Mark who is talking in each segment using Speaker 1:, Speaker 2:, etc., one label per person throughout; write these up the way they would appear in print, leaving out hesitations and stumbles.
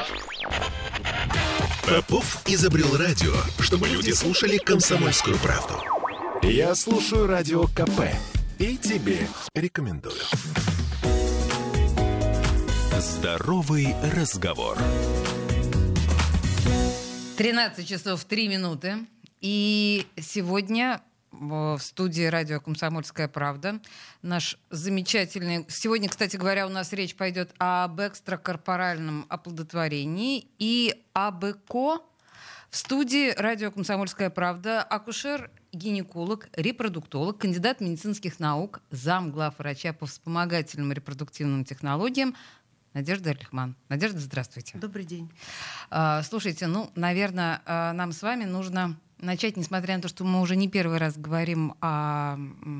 Speaker 1: Попов изобрел радио, чтобы люди слушали «Комсомольскую правду». Я слушаю Радио КП и тебе рекомендую. Здоровый разговор.
Speaker 2: 13 часов 3 минуты. И сегодня в студии радио «Комсомольская правда» наш замечательный... Сегодня, кстати говоря, у нас речь пойдет об экстракорпоральном оплодотворении и об ЭКО. В студии радио «Комсомольская правда» акушер-гинеколог, репродуктолог, кандидат медицинских наук, замглавврача по вспомогательным репродуктивным технологиям Надежда Альхман. Надежда, здравствуйте.
Speaker 3: Добрый день.
Speaker 2: Слушайте, наверное, нам с вами нужно начать, несмотря на то, что мы уже не первый раз говорим о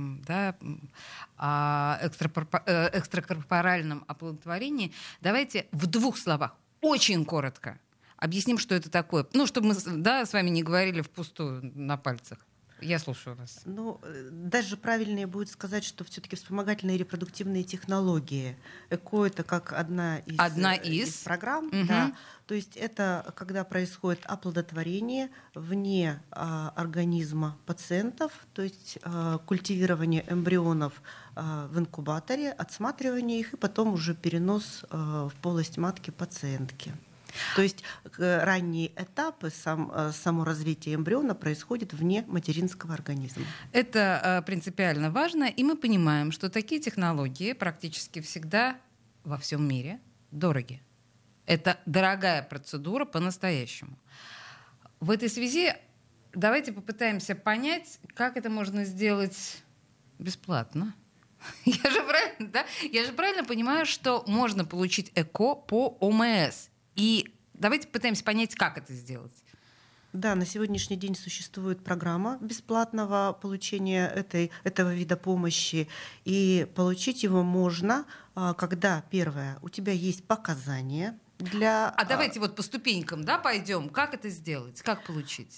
Speaker 2: экстракорпоральном оплодотворении. Давайте в двух словах, очень коротко объясним, что это такое. Чтобы мы с вами не говорили впустую на пальцах. Я слушаю вас.
Speaker 3: Даже правильнее будет сказать, что все-таки вспомогательные репродуктивные технологии. ЭКО — это как одна из программ.
Speaker 2: Угу.
Speaker 3: Да. То есть это когда происходит оплодотворение вне организма пациентов, то есть культивирование эмбрионов в инкубаторе, отсматривание их и потом уже перенос в полость матки пациентки. То есть ранние этапы само развитие эмбриона происходит вне материнского организма.
Speaker 2: Это принципиально важно, и мы понимаем, что такие технологии практически всегда во всем мире дороги. Это дорогая процедура по-настоящему. В этой связи давайте попытаемся понять, как это можно сделать бесплатно. Я же правильно понимаю, что можно получить ЭКО по ОМС. И давайте пытаемся понять, как это сделать.
Speaker 3: Да, на сегодняшний день существует программа бесплатного получения этого вида помощи. И получить его можно, когда, первое, у тебя есть показания.
Speaker 2: Давайте по ступенькам пойдем. Как это сделать? Как получить?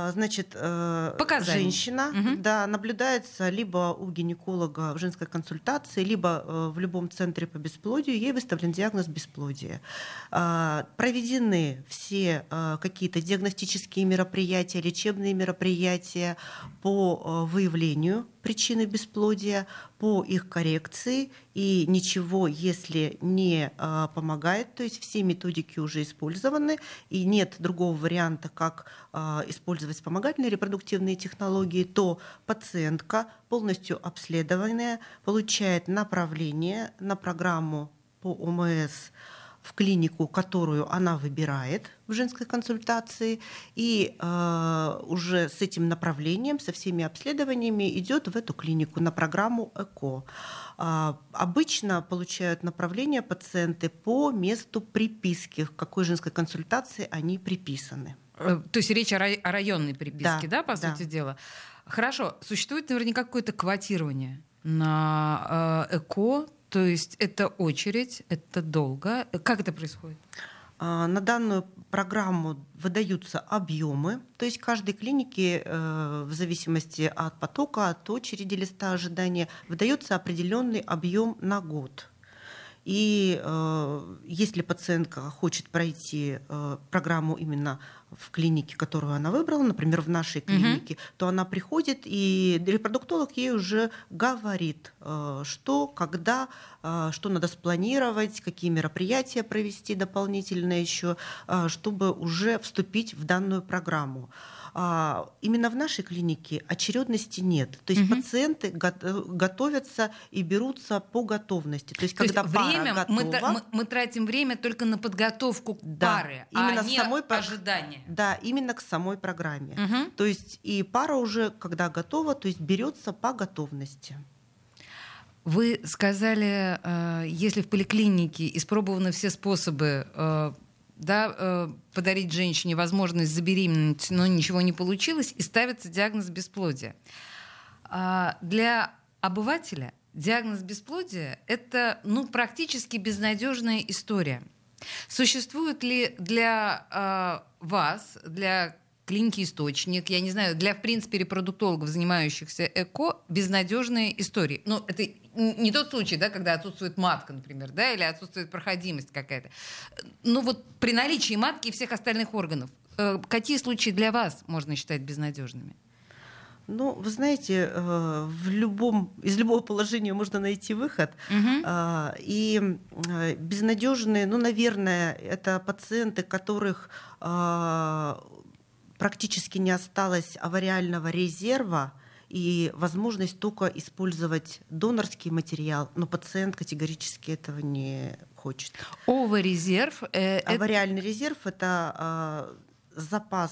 Speaker 3: Женщина наблюдается либо у гинеколога в женской консультации, либо в любом центре по бесплодию. Ей выставлен диагноз бесплодия. Проведены все какие-то диагностические мероприятия, лечебные мероприятия по выявлению причины бесплодия, по их коррекции, и ничего, если не помогает, то есть все методики уже использованы, и нет другого варианта, как использовать вспомогательные репродуктивные технологии, то пациентка, полностью обследованная, получает направление на программу по ОМС в клинику, которую она выбирает в женской консультации, и уже с этим направлением, со всеми обследованиями идет в эту клинику на программу ЭКО. Обычно получают направление пациенты по месту приписки, в какой женской консультации они приписаны.
Speaker 2: То есть речь о районной приписке, по сути дела? Хорошо. Существует наверняка какое-то квотирование на ЭКО? То есть это очередь, это долго. Как это происходит?
Speaker 3: На данную программу выдаются объемы, то есть каждой клинике в зависимости от потока, от очереди листа ожидания выдается определенный объем на год. И если пациентка хочет пройти программу именно в клинике, которую она выбрала, например, в нашей клинике, то она приходит, и репродуктолог ей уже говорит, что, когда, что надо спланировать, какие мероприятия провести дополнительно еще, чтобы уже вступить в данную программу. Именно в нашей клинике очередности нет. То есть пациенты готовятся и берутся по готовности. То есть когда
Speaker 2: время,
Speaker 3: пара готова,
Speaker 2: мы тратим время только на подготовку пары,
Speaker 3: именно
Speaker 2: а не ожидание.
Speaker 3: Да, именно к самой программе. То есть и пара уже, когда готова, то есть берется по готовности.
Speaker 2: Вы сказали, если в поликлинике испробованы все способы подарить женщине возможность забеременеть, но ничего не получилось, и ставится диагноз бесплодия. Для обывателя диагноз бесплодия — это практически безнадежная история. Существует ли для вас, для клиники «Источник», я не знаю, для, в принципе, репродуктологов, занимающихся ЭКО, безнадежные истории. Ну, это не тот случай, да, когда отсутствует матка, например, да, или отсутствует проходимость какая-то. Ну, вот при наличии матки и всех остальных органов, какие случаи для вас можно считать безнадежными?
Speaker 3: Ну, вы знаете, из любого положения можно найти выход. И безнадежные, ну, наверное, это пациенты, которых практически не осталось авариального резерва и возможность только использовать донорский материал, но пациент категорически этого не хочет.
Speaker 2: Ова-резерв?
Speaker 3: Авариальный резерв — это запас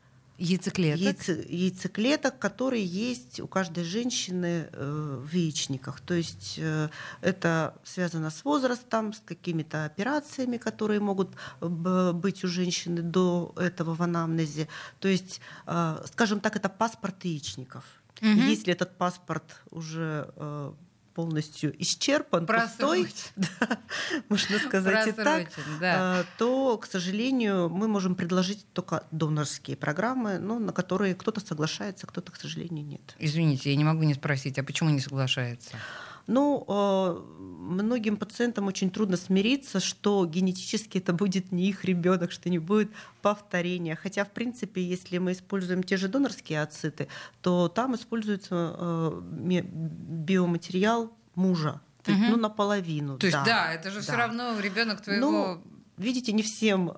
Speaker 3: яйцеклеток, которые есть у каждой женщины в яичниках. То есть это связано с возрастом, с какими-то операциями, которые могут быть у женщины до этого в анамнезе. То есть, скажем так, это паспорт яичников. Если этот паспорт уже полностью исчерпан, пустой, да, можно сказать и так, то, к сожалению, мы можем предложить только донорские программы, но на которые кто-то соглашается, кто-то, к сожалению, нет.
Speaker 2: Извините, я не могу не спросить, а почему не соглашается?
Speaker 3: Ну, многим пациентам очень трудно смириться, что генетически это будет не их ребенок, что не будет повторения. Хотя, в принципе, если мы используем те же донорские ооциты, то там используется биоматериал мужа. То есть, ну, наполовину.
Speaker 2: То есть, да, это же все равно ребенок твоего.
Speaker 3: Ну, видите, не всем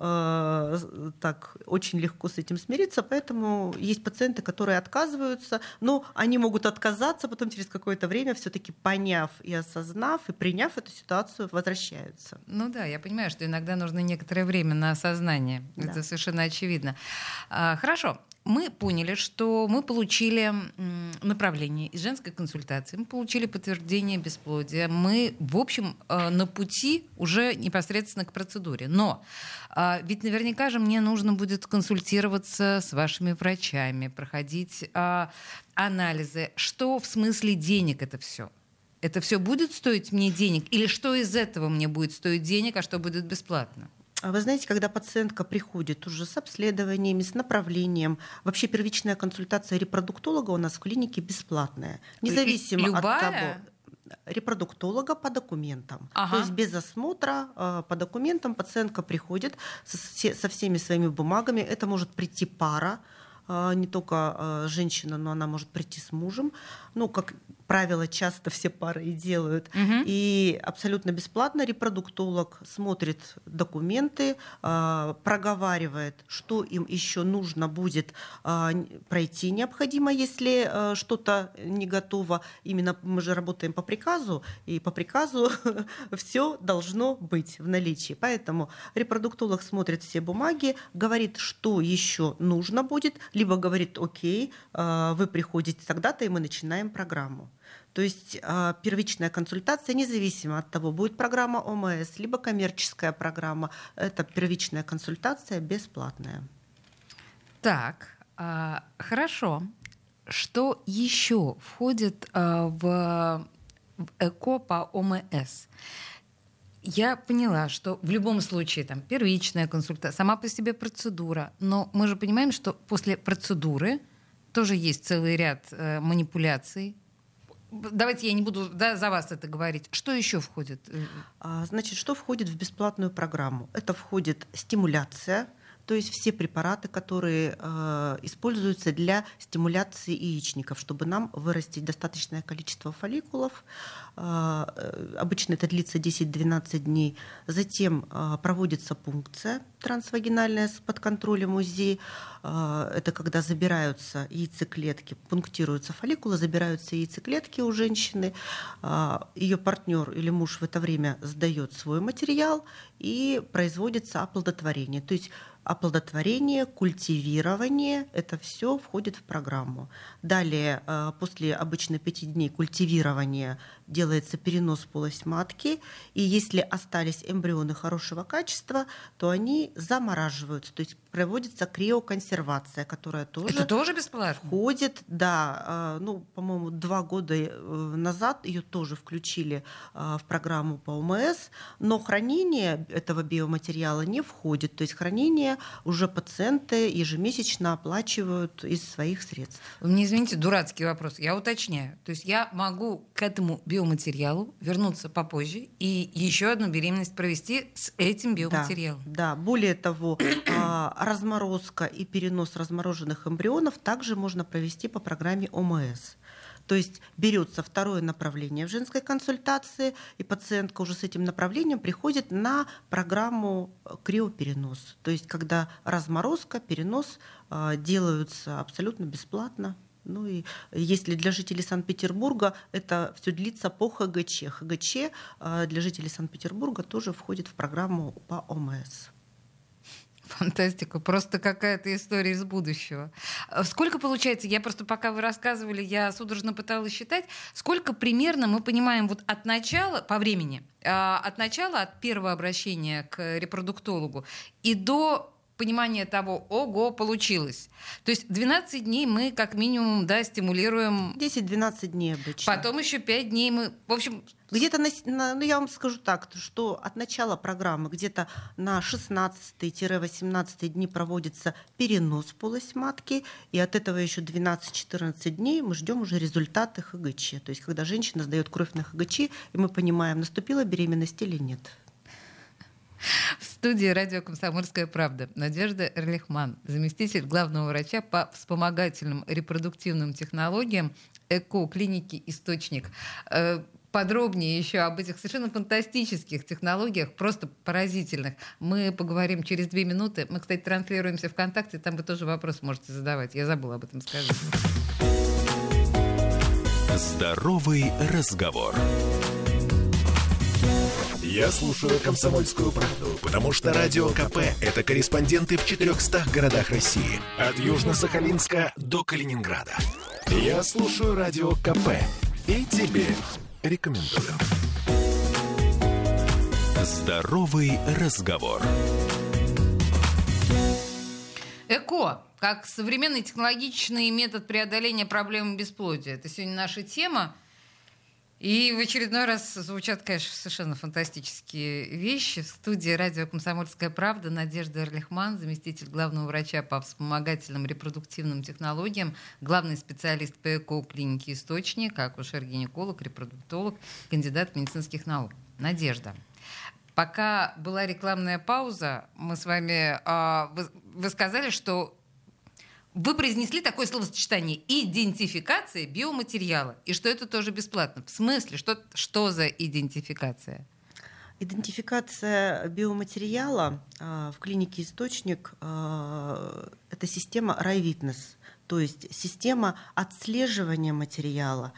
Speaker 3: так очень легко с этим смириться, поэтому есть пациенты, которые отказываются, но они могут отказаться, потом через какое-то время, все-таки поняв и осознав, и приняв эту ситуацию, возвращаются.
Speaker 2: Ну да, я понимаю, что иногда нужно некоторое время на осознание. Да. Это совершенно очевидно. Хорошо. Мы поняли, что мы получили направление из женской консультации, мы получили подтверждение бесплодия, мы, в общем, на пути уже непосредственно к процедуре. Но ведь наверняка же мне нужно будет консультироваться с вашими врачами, проходить анализы. Что в смысле денег это все? Это все будет стоить мне денег? Или что из этого мне будет стоить денег, а что будет бесплатно?
Speaker 3: Вы знаете, когда пациентка приходит уже с обследованиями, с направлением, вообще первичная консультация репродуктолога у нас в клинике бесплатная. Независимо от того, репродуктолога по документам. То есть без осмотра по документам пациентка приходит со всеми своими бумагами. Это может прийти пара, не только женщина, но она может прийти с мужем. Ну, как правило, часто все пары и делают. И абсолютно бесплатно репродуктолог смотрит документы, проговаривает, что им еще нужно будет пройти необходимо, если что-то не готово. Именно мы же работаем по приказу, и по приказу все должно быть в наличии. Поэтому репродуктолог смотрит все бумаги, говорит, что еще нужно будет, либо говорит: окей, вы приходите тогда-то, и мы начинаем программу. То есть первичная консультация, независимо от того, будет программа ОМС, либо коммерческая программа, это первичная консультация бесплатная.
Speaker 2: Так, хорошо. Что еще входит в ЭКО по ОМС? Я поняла, что в любом случае там первичная консультация, сама по себе процедура, но мы же понимаем, что после процедуры тоже есть целый ряд манипуляций. Давайте я не буду за вас это говорить. Что еще входит?
Speaker 3: Значит, что входит в бесплатную программу? Это входит стимуляция, то есть все препараты, которые используются для стимуляции яичников, чтобы нам вырастить достаточное количество фолликулов. Обычно это длится 10-12 дней. Затем проводится пункция трансвагинальная под контролем УЗИ. Это когда забираются яйцеклетки, пунктируются фолликулы, забираются яйцеклетки у женщины. Ее партнер или муж в это время сдает свой материал и производится оплодотворение. То есть оплодотворение, культивирование — это все входит в программу. Далее, после обычно 5 дней культивирования, делается перенос в полость матки, и если остались эмбрионы хорошего качества, то они замораживаются, то есть проводится криоконсервация, которая тоже...
Speaker 2: Это тоже бесплатно?
Speaker 3: Входит, да. Ну, по-моему, 2 года назад ее тоже включили в программу по ОМС, но хранение этого биоматериала не входит. То есть хранение уже пациенты ежемесячно оплачивают из своих средств.
Speaker 2: Вы мне извините, дурацкий вопрос. Я уточняю. То есть я могу к этому биоматериалу вернуться попозже и еще одну беременность провести с этим биоматериалом.
Speaker 3: Да. Более того, разморозка и перенос размороженных эмбрионов также можно провести по программе ОМС. То есть берется второе направление в женской консультации, и пациентка уже с этим направлением приходит на программу криоперенос. То есть когда разморозка, перенос делаются абсолютно бесплатно. Ну и если для жителей Санкт-Петербурга это все длится по ХГЧ. ХГЧ для жителей Санкт-Петербурга тоже входит в программу по ОМС.
Speaker 2: Фантастика, просто какая-то история из будущего. Сколько получается, я просто пока вы рассказывали, я судорожно пыталась считать, сколько примерно мы понимаем вот от начала, по времени, от начала, от первого обращения к репродуктологу и до понимания того, ого, получилось. То есть 12 дней мы как минимум, да, стимулируем.
Speaker 3: 10-12 дней обычно.
Speaker 2: Потом еще 5 дней мы, в общем...
Speaker 3: Где-то, ну я вам скажу так, что от начала программы где-то на 16-18 дни проводится перенос в полость матки, и от этого еще 12-14 дней мы ждем уже результаты ХГЧ. То есть когда женщина сдает кровь на ХГЧ, и мы понимаем, наступила беременность или нет.
Speaker 2: В студии радио «Комсомольская правда» Надежда Эрлихман, заместитель главного врача по вспомогательным репродуктивным технологиям ЭКО-клиники «Источник». Подробнее еще об этих совершенно фантастических технологиях, просто поразительных. Мы поговорим через 2 минуты. Мы, кстати, транслируемся ВКонтакте, там вы тоже вопрос можете задавать. Я забыла об этом сказать.
Speaker 1: Здоровый разговор. Я слушаю «Комсомольскую правду», потому что Радио КП — это корреспонденты в 400 городах России. От Южно-Сахалинска до Калининграда. Я слушаю Радио КП и тебе рекомендую. Здоровый разговор.
Speaker 2: ЭКО, как современный технологичный метод преодоления проблемы бесплодия. Это сегодня наша тема. И в очередной раз звучат, конечно, совершенно фантастические вещи. В студии радио «Комсомольская правда» Надежда Эрлихман, заместитель главного врача по вспомогательным репродуктивным технологиям, главный специалист по ЭКО-клинике «Источник», акушер-гинеколог, репродуктолог, кандидат медицинских наук. Надежда, пока была рекламная пауза, мы с вами... Вы сказали, что вы произнесли такое словосочетание «идентификация биоматериала», и что это тоже бесплатно. В смысле? Что за идентификация?
Speaker 3: Идентификация биоматериала в клинике «Источник» — это система RaiWitness, то есть система отслеживания материала,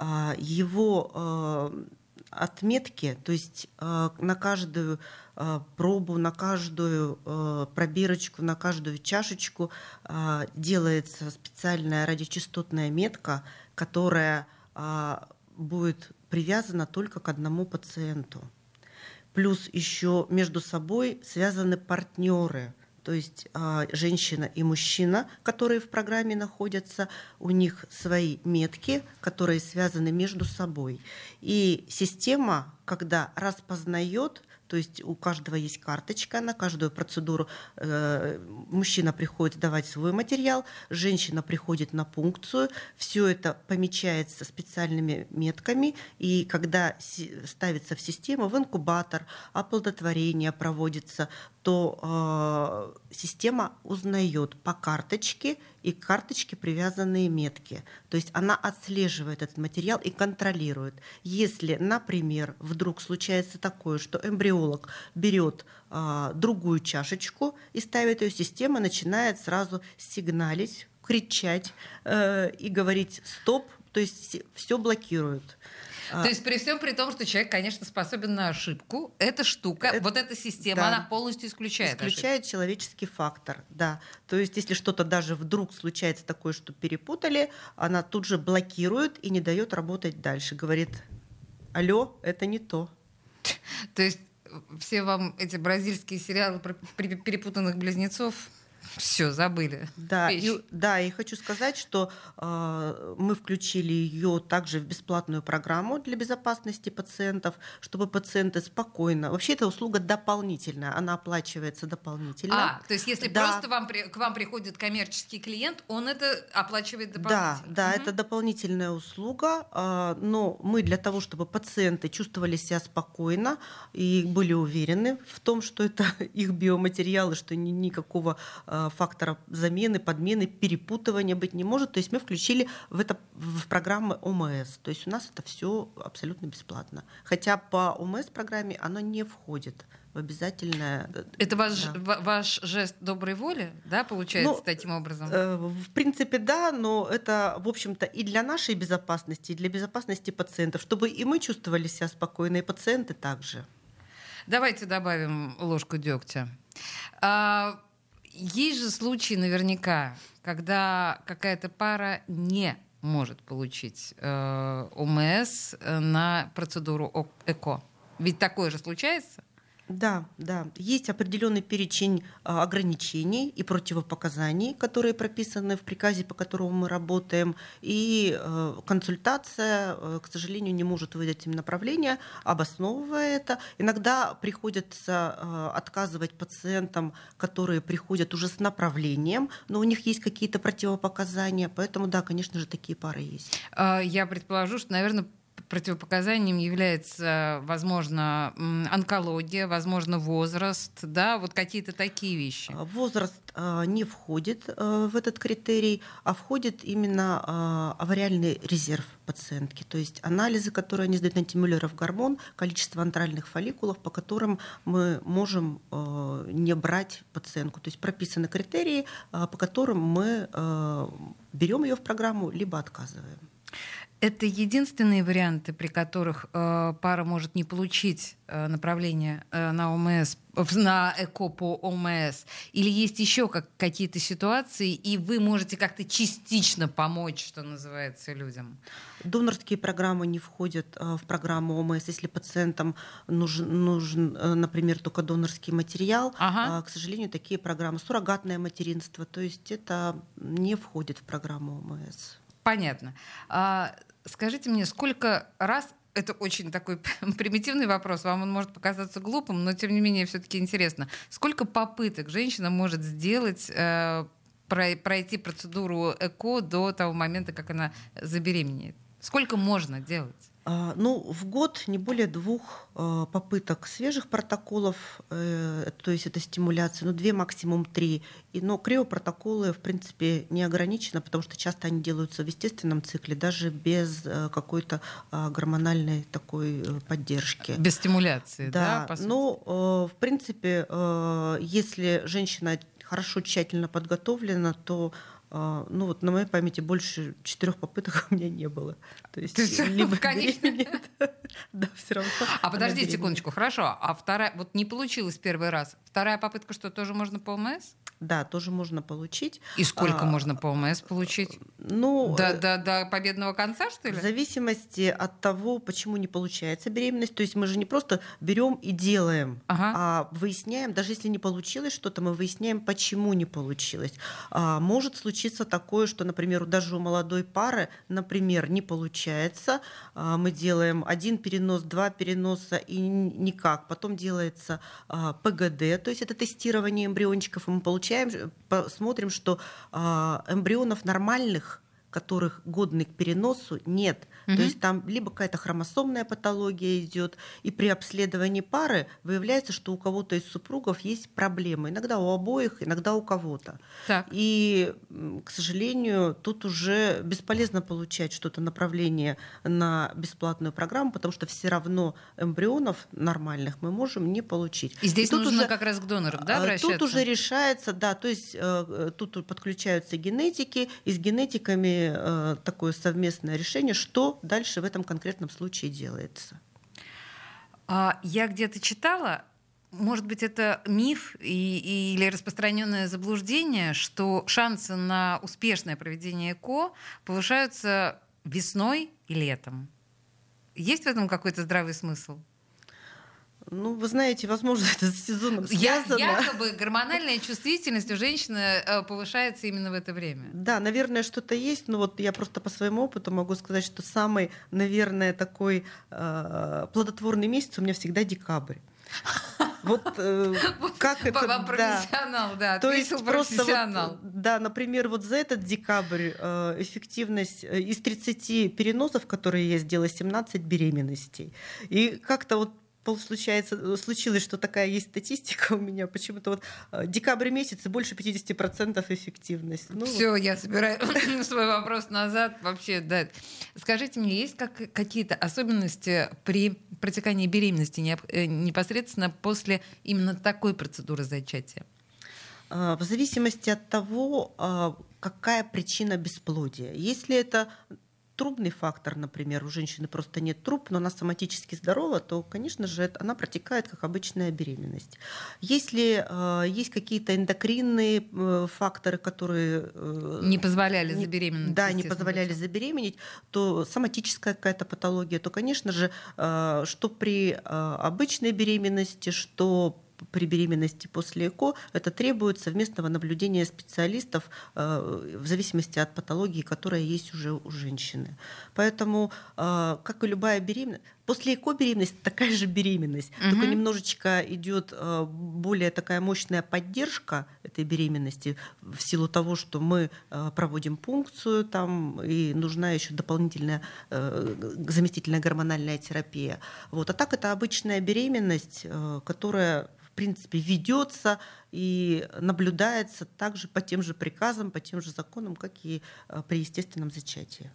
Speaker 3: его отметки, то есть на каждую пробу, на каждую пробирочку, на каждую чашечку делается специальная радиочастотная метка, которая будет привязана только к одному пациенту. Плюс еще между собой связаны партнеры. То есть женщина и мужчина, которые в программе находятся, у них свои метки, которые связаны между собой. И система, когда распознает, то есть у каждого есть карточка, на каждую процедуру мужчина приходит сдавать свой материал, женщина приходит на пункцию, все это помечается специальными метками, и когда ставится в систему, в инкубатор, оплодотворение проводится, то система узнает по карточке и к карточке привязанные метки. То есть она отслеживает этот материал и контролирует. Если, например, вдруг случается такое, что эмбриолог берет другую чашечку и ставит ее, система начинает сразу сигналить, кричать и говорить «стоп», то есть все блокирует.
Speaker 2: То есть при всем при том, что человек, конечно, способен на ошибку, эта штука, вот эта система,
Speaker 3: да,
Speaker 2: она полностью исключает ошибку.
Speaker 3: Человеческий фактор, да. То есть если что-то даже вдруг случается такое, что перепутали, она тут же блокирует и не дает работать дальше. Говорит: алло, это не то.
Speaker 2: То есть все вам эти бразильские сериалы про перепутанных близнецов все, забыли.
Speaker 3: Да, и хочу сказать, что мы включили ее также в бесплатную программу для безопасности пациентов, чтобы пациенты спокойно... Вообще эта услуга дополнительная, она оплачивается дополнительно.
Speaker 2: То есть если просто к вам приходит коммерческий клиент, он это оплачивает дополнительно?
Speaker 3: Да, это дополнительная услуга, но мы для того, чтобы пациенты чувствовали себя спокойно и были уверены в том, что это их биоматериалы, что никакого фактора замены, подмены, перепутывания быть не может. То есть мы включили в программу ОМС. То есть у нас это все абсолютно бесплатно. Хотя по ОМС-программе оно не входит в обязательное...
Speaker 2: Это ваш жест доброй воли, да, получается таким образом?
Speaker 3: В принципе, да, но это, в общем-то, и для нашей безопасности, и для безопасности пациентов, чтобы и мы чувствовали себя спокойно, и пациенты также.
Speaker 2: Давайте добавим ложку дегтя. Есть же случаи наверняка, когда какая-то пара не может получить ОМС на процедуру ЭКО. Ведь такое же случается?
Speaker 3: Да. Есть определенный перечень ограничений и противопоказаний, которые прописаны в приказе, по которому мы работаем. И консультация, к сожалению, не может выдать им направление, обосновывая это. Иногда приходится отказывать пациентам, которые приходят уже с направлением, но у них есть какие-то противопоказания. Поэтому, да, конечно же, такие пары есть.
Speaker 2: Я предположу, что, наверное, противопоказанием является, возможно, онкология, возможно, возраст, да, вот какие-то такие вещи.
Speaker 3: Возраст не входит в этот критерий, а входит именно авариальный резерв пациентки, то есть анализы, которые они сдают на антимюллеров гормон, количество антральных фолликулов, по которым мы можем не брать пациентку. То есть прописаны критерии, по которым мы берем ее в программу, либо отказываем.
Speaker 2: Это единственные варианты, при которых пара может не получить направление на ОМС, на ЭКО по ОМС? Или есть еще какие-то ситуации, и вы можете как-то частично помочь, что называется, людям?
Speaker 3: Донорские программы не входят в программу ОМС, если пациентам нужен, например, только донорский материал. К сожалению, такие программы, суррогатное материнство, то есть это не входит в программу ОМС.
Speaker 2: Понятно. Скажите мне, сколько раз, это очень такой примитивный вопрос, вам он может показаться глупым, но тем не менее все-таки интересно, сколько попыток женщина может сделать, пройти процедуру ЭКО до того момента, как она забеременеет? Сколько можно делать?
Speaker 3: В год не более 2 попыток свежих протоколов, то есть это стимуляция, 2, максимум 3. Но криопротоколы, в принципе, не ограничены, потому что часто они делаются в естественном цикле, даже без какой-то гормональной такой поддержки.
Speaker 2: Без стимуляции, да, по сути?
Speaker 3: В принципе, если женщина хорошо, тщательно подготовлена, то на моей памяти больше 4 попыток у меня не было. То есть либо беременеет, да, все равно.
Speaker 2: Подождите секундочку, хорошо. А вторая, вот не получилось первый раз. Вторая попытка, что тоже можно по ОМС?
Speaker 3: Да, тоже можно получить.
Speaker 2: И сколько можно по ОМС получить? До победного конца, что ли?
Speaker 3: В зависимости от того, почему не получается беременность. То есть мы же не просто берем и делаем, а выясняем, даже если не получилось что-то, мы выясняем, почему не получилось. Может случиться такое, что, например, даже у молодой пары, например, не получается. Мы делаем 1 перенос, 2 переноса и никак. Потом делается ПГД, то есть это тестирование эмбриончиков, и мы смотрим, что эмбрионов нормальных, которых годны к переносу, нет. То есть там либо какая-то хромосомная патология идет, и при обследовании пары выявляется, что у кого-то из супругов есть проблемы. Иногда у обоих, иногда у кого-то.
Speaker 2: Так.
Speaker 3: И, к сожалению, тут уже бесполезно получать что-то направление на бесплатную программу, потому что все равно эмбрионов нормальных мы можем не получить.
Speaker 2: И здесь нужно уже, как раз к донору, да, обращаться?
Speaker 3: Тут уже решается, да, то есть тут подключаются генетики, и с генетиками такое совместное решение, что дальше в этом конкретном случае делается.
Speaker 2: Я где-то читала, может быть, это миф или распространенное заблуждение, что шансы на успешное проведение ЭКО повышаются весной и летом. Есть в этом какой-то здравый смысл?
Speaker 3: Ну, вы знаете, возможно, это с сезоном связано.
Speaker 2: Якобы гормональная чувствительность у женщины повышается именно в это время.
Speaker 3: Да, наверное, что-то есть, но вот я просто по своему опыту могу сказать, что самый, наверное, такой плодотворный месяц у меня всегда декабрь. Вот как это...
Speaker 2: Профессионал, да.
Speaker 3: То есть
Speaker 2: профессионал.
Speaker 3: Да, например, вот за этот декабрь эффективность из 30 переносов, которые я сделала, 17 беременностей. И как-то вот случилось, что такая есть статистика у меня. Почему-то вот декабрь месяц и больше 50% эффективность.
Speaker 2: Все, я собираю свой вопрос назад. Вообще, да. Скажите мне, есть какие-то особенности при протекании беременности непосредственно после именно такой процедуры зачатия?
Speaker 3: В зависимости от того, какая причина бесплодия. Если это трубный фактор, например, у женщины просто нет труб, но она соматически здорова, то, конечно же, она протекает как обычная беременность. Если есть какие-то эндокринные факторы, которые
Speaker 2: не позволяли забеременеть,
Speaker 3: да, не позволяли забеременеть, то соматическая какая-то патология, то, конечно же, что при обычной беременности, что при беременности после ЭКО, это требует совместного наблюдения специалистов в зависимости от патологии, которая есть уже у женщины. Поэтому, как и любая беременность, после ЭКО беременность такая же беременность, только немножечко идет более такая мощная поддержка этой беременности в силу того, что мы проводим пункцию, там, и нужна еще дополнительная заместительная гормональная терапия. Вот. А так это обычная беременность, которая в принципе ведется и наблюдается также по тем же приказам, по тем же законам, как и при естественном зачатии.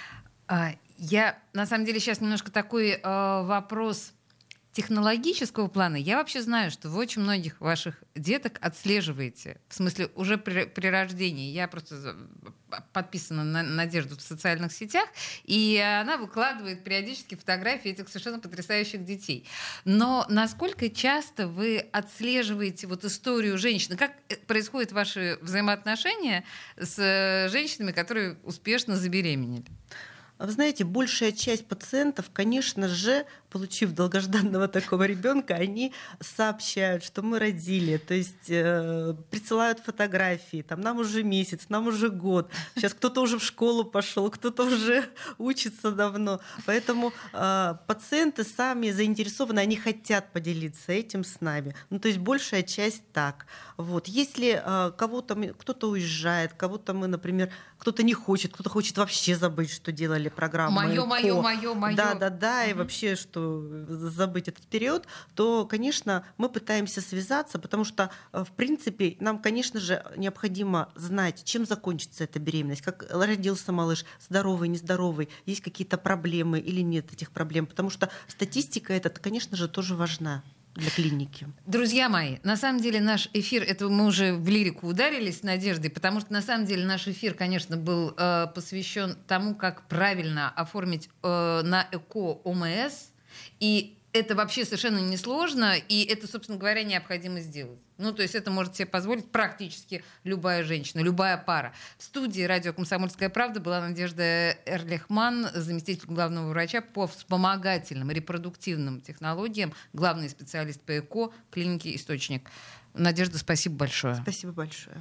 Speaker 2: Я, на самом деле, сейчас немножко такой вопрос технологического плана. Я вообще знаю, что вы очень многих ваших деток отслеживаете. В смысле, уже при рождении. Я просто подписана на Надежду в социальных сетях, и она выкладывает периодически фотографии этих совершенно потрясающих детей. Но насколько часто вы отслеживаете вот историю женщины? Как происходят ваши взаимоотношения с женщинами, которые успешно забеременели?
Speaker 3: Вы знаете, большая часть пациентов, конечно же, получив долгожданного такого ребенка, они сообщают, что мы родили, то есть присылают фотографии, там, нам уже месяц, нам уже год, сейчас кто-то уже в школу пошел, кто-то уже учится давно. Поэтому пациенты сами заинтересованы, они хотят поделиться этим с нами. Ну, то есть большая часть так. Вот. Если кто-то уезжает, кого-то мы, например, кто-то не хочет, кто-то хочет вообще забыть, что делали программу.
Speaker 2: Моё.
Speaker 3: Да, и вообще, что забыть этот период, то, конечно, мы пытаемся связаться, потому что, в принципе, нам, конечно же, необходимо знать, чем закончится эта беременность, как родился малыш, здоровый, нездоровый, есть какие-то проблемы или нет этих проблем, потому что статистика эта, конечно же, тоже важна для клиники.
Speaker 2: Друзья мои, на самом деле наш эфир, это мы уже в лирику ударились с Надеждой, потому что на самом деле наш эфир, конечно, был посвящен тому, как правильно оформить на ЭКО ОМС, и это вообще совершенно несложно, и это, собственно говоря, необходимо сделать. Ну, то есть это может себе позволить практически любая женщина, любая пара. В студии радио «Комсомольская правда» была Надежда Эрлихман, заместитель главного врача по вспомогательным репродуктивным технологиям, главный специалист по ЭКО клиники «Источник». Надежда, спасибо большое.
Speaker 3: Спасибо большое.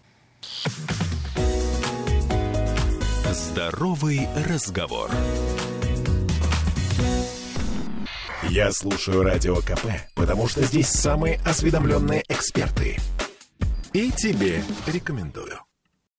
Speaker 1: Здоровый разговор. Я слушаю Радио КП, потому что здесь самые осведомленные эксперты. И тебе рекомендую.